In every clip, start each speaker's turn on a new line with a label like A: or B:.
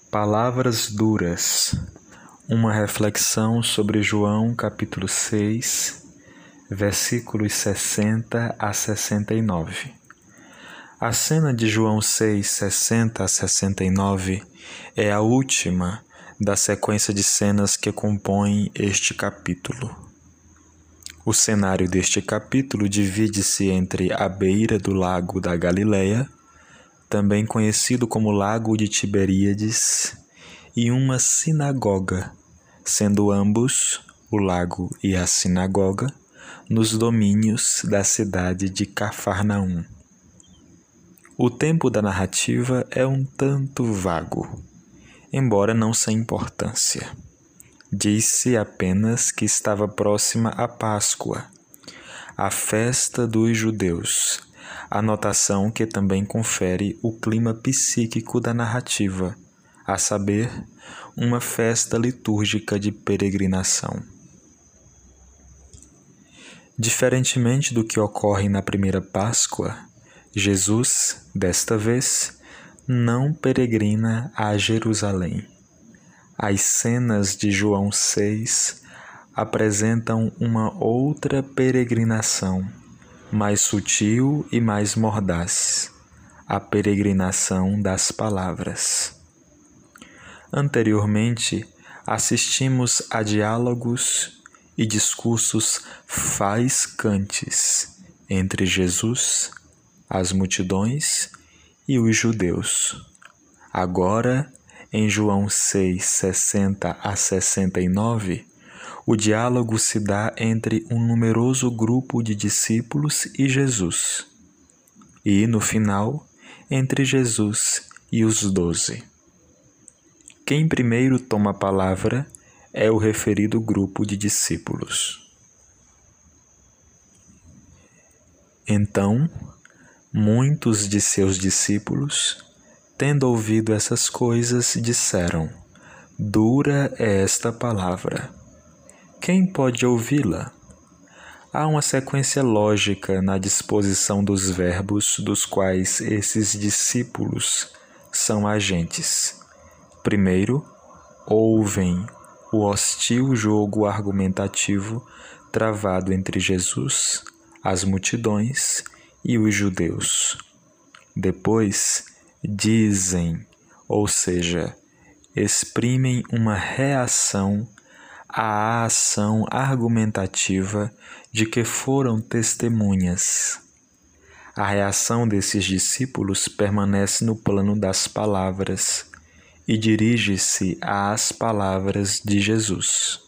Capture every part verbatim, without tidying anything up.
A: Palavras duras. Uma reflexão sobre João capítulo seis, versículos sessenta a sessenta e nove. A cena de João seis, sessenta a sessenta e nove é a última da sequência de cenas que compõem este capítulo. O cenário deste capítulo divide-se entre a beira do lago da Galileia, também conhecido como Lago de Tiberíades, e uma sinagoga, sendo ambos, o lago e a sinagoga, nos domínios da cidade de Cafarnaum. O tempo da narrativa é um tanto vago, embora não sem importância. Diz-se apenas que estava próxima a Páscoa, a festa dos judeus, anotação que também confere o clima psíquico da narrativa, a saber, uma festa litúrgica de peregrinação. Diferentemente do que ocorre na primeira Páscoa, Jesus, desta vez, não peregrina a Jerusalém. As cenas de João seis apresentam uma outra peregrinação, mais sutil e mais mordaz, a peregrinação das palavras. Anteriormente, assistimos a diálogos e discursos faiscantes entre Jesus, as multidões e os judeus. Agora, em João seis, sessenta a sessenta e nove, o diálogo se dá entre um numeroso grupo de discípulos e Jesus, e, no final, entre Jesus e os doze. Quem primeiro toma a palavra é o referido grupo de discípulos. Então, muitos de seus discípulos, tendo ouvido essas coisas, disseram: "Dura é esta palavra. Quem pode ouvi-la?" Há uma sequência lógica na disposição dos verbos dos quais esses discípulos são agentes. Primeiro, ouvem o hostil jogo argumentativo travado entre Jesus, as multidões e os judeus. Depois, dizem, ou seja, exprimem uma reação à ação argumentativa de que foram testemunhas. A reação desses discípulos permanece no plano das palavras e dirige-se às palavras de Jesus.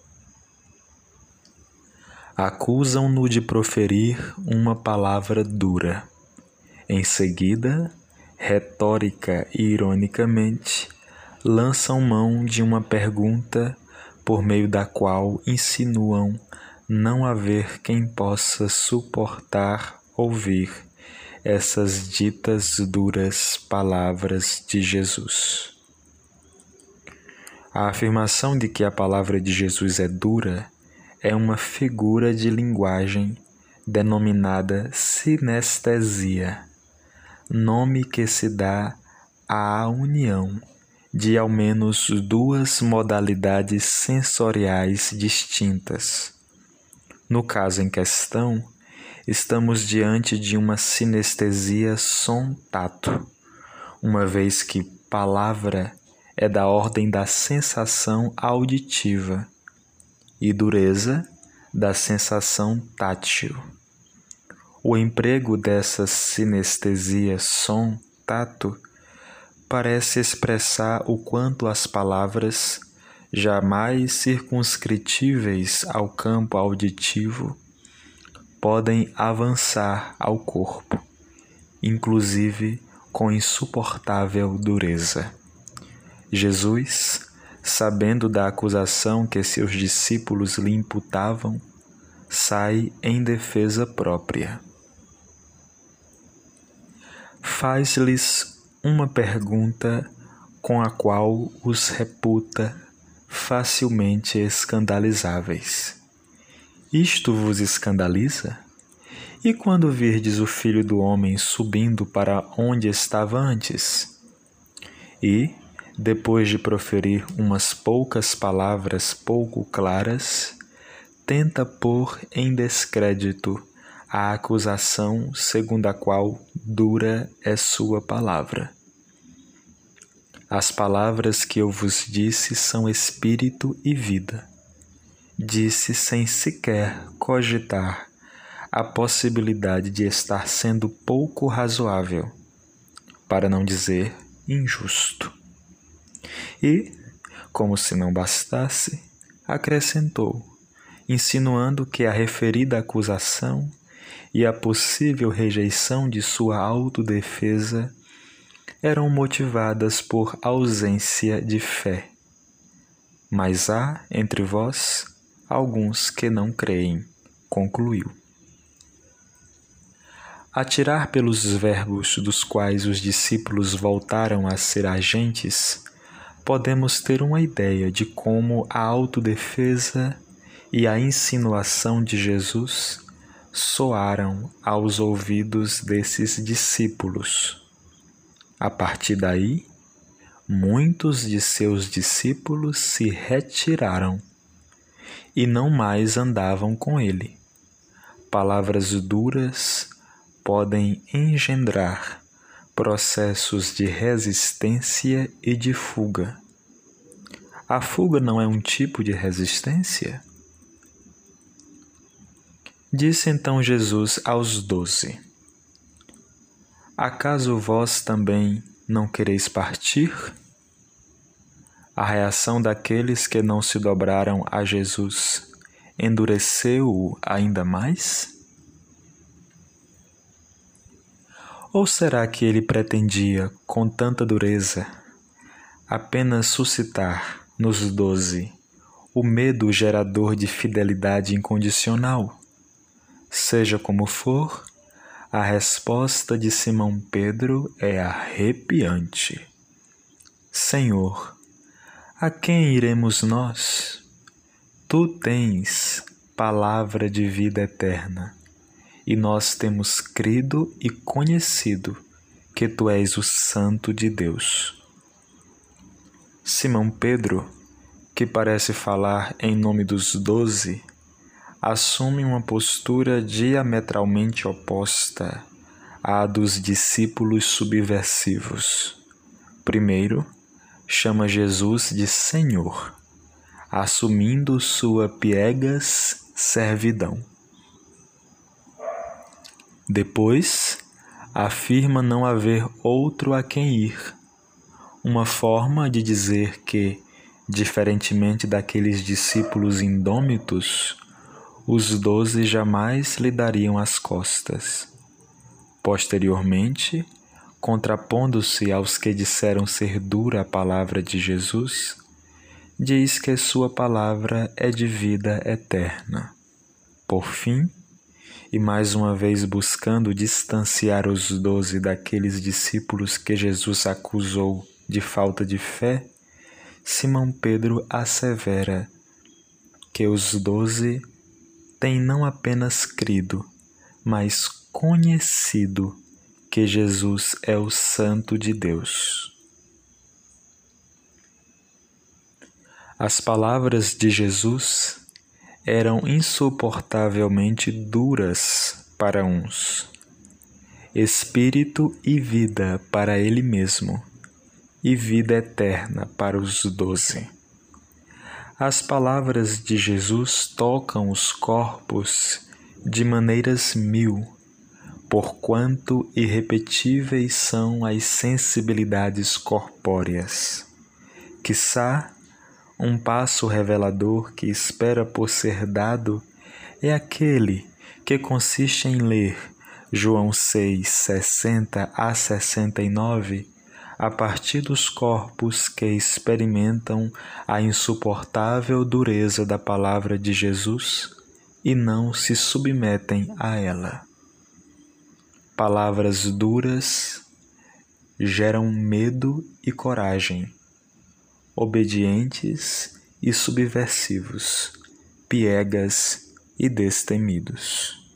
A: Acusam-no de proferir uma palavra dura. Em seguida, retórica e ironicamente, lançam mão de uma pergunta por meio da qual insinuam não haver quem possa suportar ouvir essas ditas duras palavras de Jesus. A afirmação de que a palavra de Jesus é dura é uma figura de linguagem denominada sinestesia, nome que se dá à união de ao menos duas modalidades sensoriais distintas. No caso em questão, estamos diante de uma sinestesia som-tato, uma vez que palavra é da ordem da sensação auditiva e dureza da sensação tátil. O emprego dessa sinestesia som-tato parece expressar o quanto as palavras, jamais circunscritíveis ao campo auditivo, podem avançar ao corpo, inclusive com insuportável dureza. Jesus, sabendo da acusação que seus discípulos lhe imputavam, sai em defesa própria. Faz-lhes uma pergunta com a qual os reputa facilmente escandalizáveis. Isto vos escandaliza? E quando virdes o Filho do Homem subindo para onde estava antes? E, depois de proferir umas poucas palavras pouco claras, tenta pôr em descrédito a acusação segundo a qual dura é sua palavra. As palavras que eu vos disse são espírito e vida. Disse sem sequer cogitar a possibilidade de estar sendo pouco razoável, para não dizer injusto. E, como se não bastasse, acrescentou, insinuando que a referida acusação e a possível rejeição de sua autodefesa eram motivadas por ausência de fé. Mas há, entre vós, alguns que não creem, concluiu. A tirar pelos verbos dos quais os discípulos voltaram a ser agentes, podemos ter uma ideia de como a autodefesa e a insinuação de Jesus soaram aos ouvidos desses discípulos. A partir daí, muitos de seus discípulos se retiraram e não mais andavam com ele. Palavras duras podem engendrar processos de resistência e de fuga. A fuga não é um tipo de resistência? Disse então Jesus aos doze: Acaso vós também não quereis partir? A reação daqueles que não se dobraram a Jesus endureceu-o ainda mais? Ou será que ele pretendia, com tanta dureza, apenas suscitar nos doze o medo gerador de fidelidade incondicional? Seja como for, a resposta de Simão Pedro é arrepiante. Senhor, a quem iremos nós? Tu tens palavra de vida eterna, e nós temos crido e conhecido que Tu és o Santo de Deus. Simão Pedro, que parece falar em nome dos doze, assume uma postura diametralmente oposta à dos discípulos subversivos. Primeiro, chama Jesus de Senhor, assumindo sua piegas servidão. Depois, afirma não haver outro a quem ir, uma forma de dizer que, diferentemente daqueles discípulos indômitos, os doze jamais lhe dariam as costas. Posteriormente, contrapondo-se aos que disseram ser dura a palavra de Jesus, diz que sua palavra é de vida eterna. Por fim, e mais uma vez buscando distanciar os doze daqueles discípulos que Jesus acusou de falta de fé, Simão Pedro assevera que os doze têm não apenas crido, mas conhecido que Jesus é o Santo de Deus. As palavras de Jesus eram insuportavelmente duras para uns, espírito e vida para ele mesmo, e vida eterna para os doze. As palavras de Jesus tocam os corpos de maneiras mil, porquanto irrepetíveis são as sensibilidades corpóreas. Quiçá, um passo revelador que espera por ser dado é aquele que consiste em ler João seis, sessenta a sessenta e nove, a partir dos corpos que experimentam a insuportável dureza da palavra de Jesus e não se submetem a ela. Palavras duras geram medo e coragem, obedientes e subversivos, piegas e destemidos.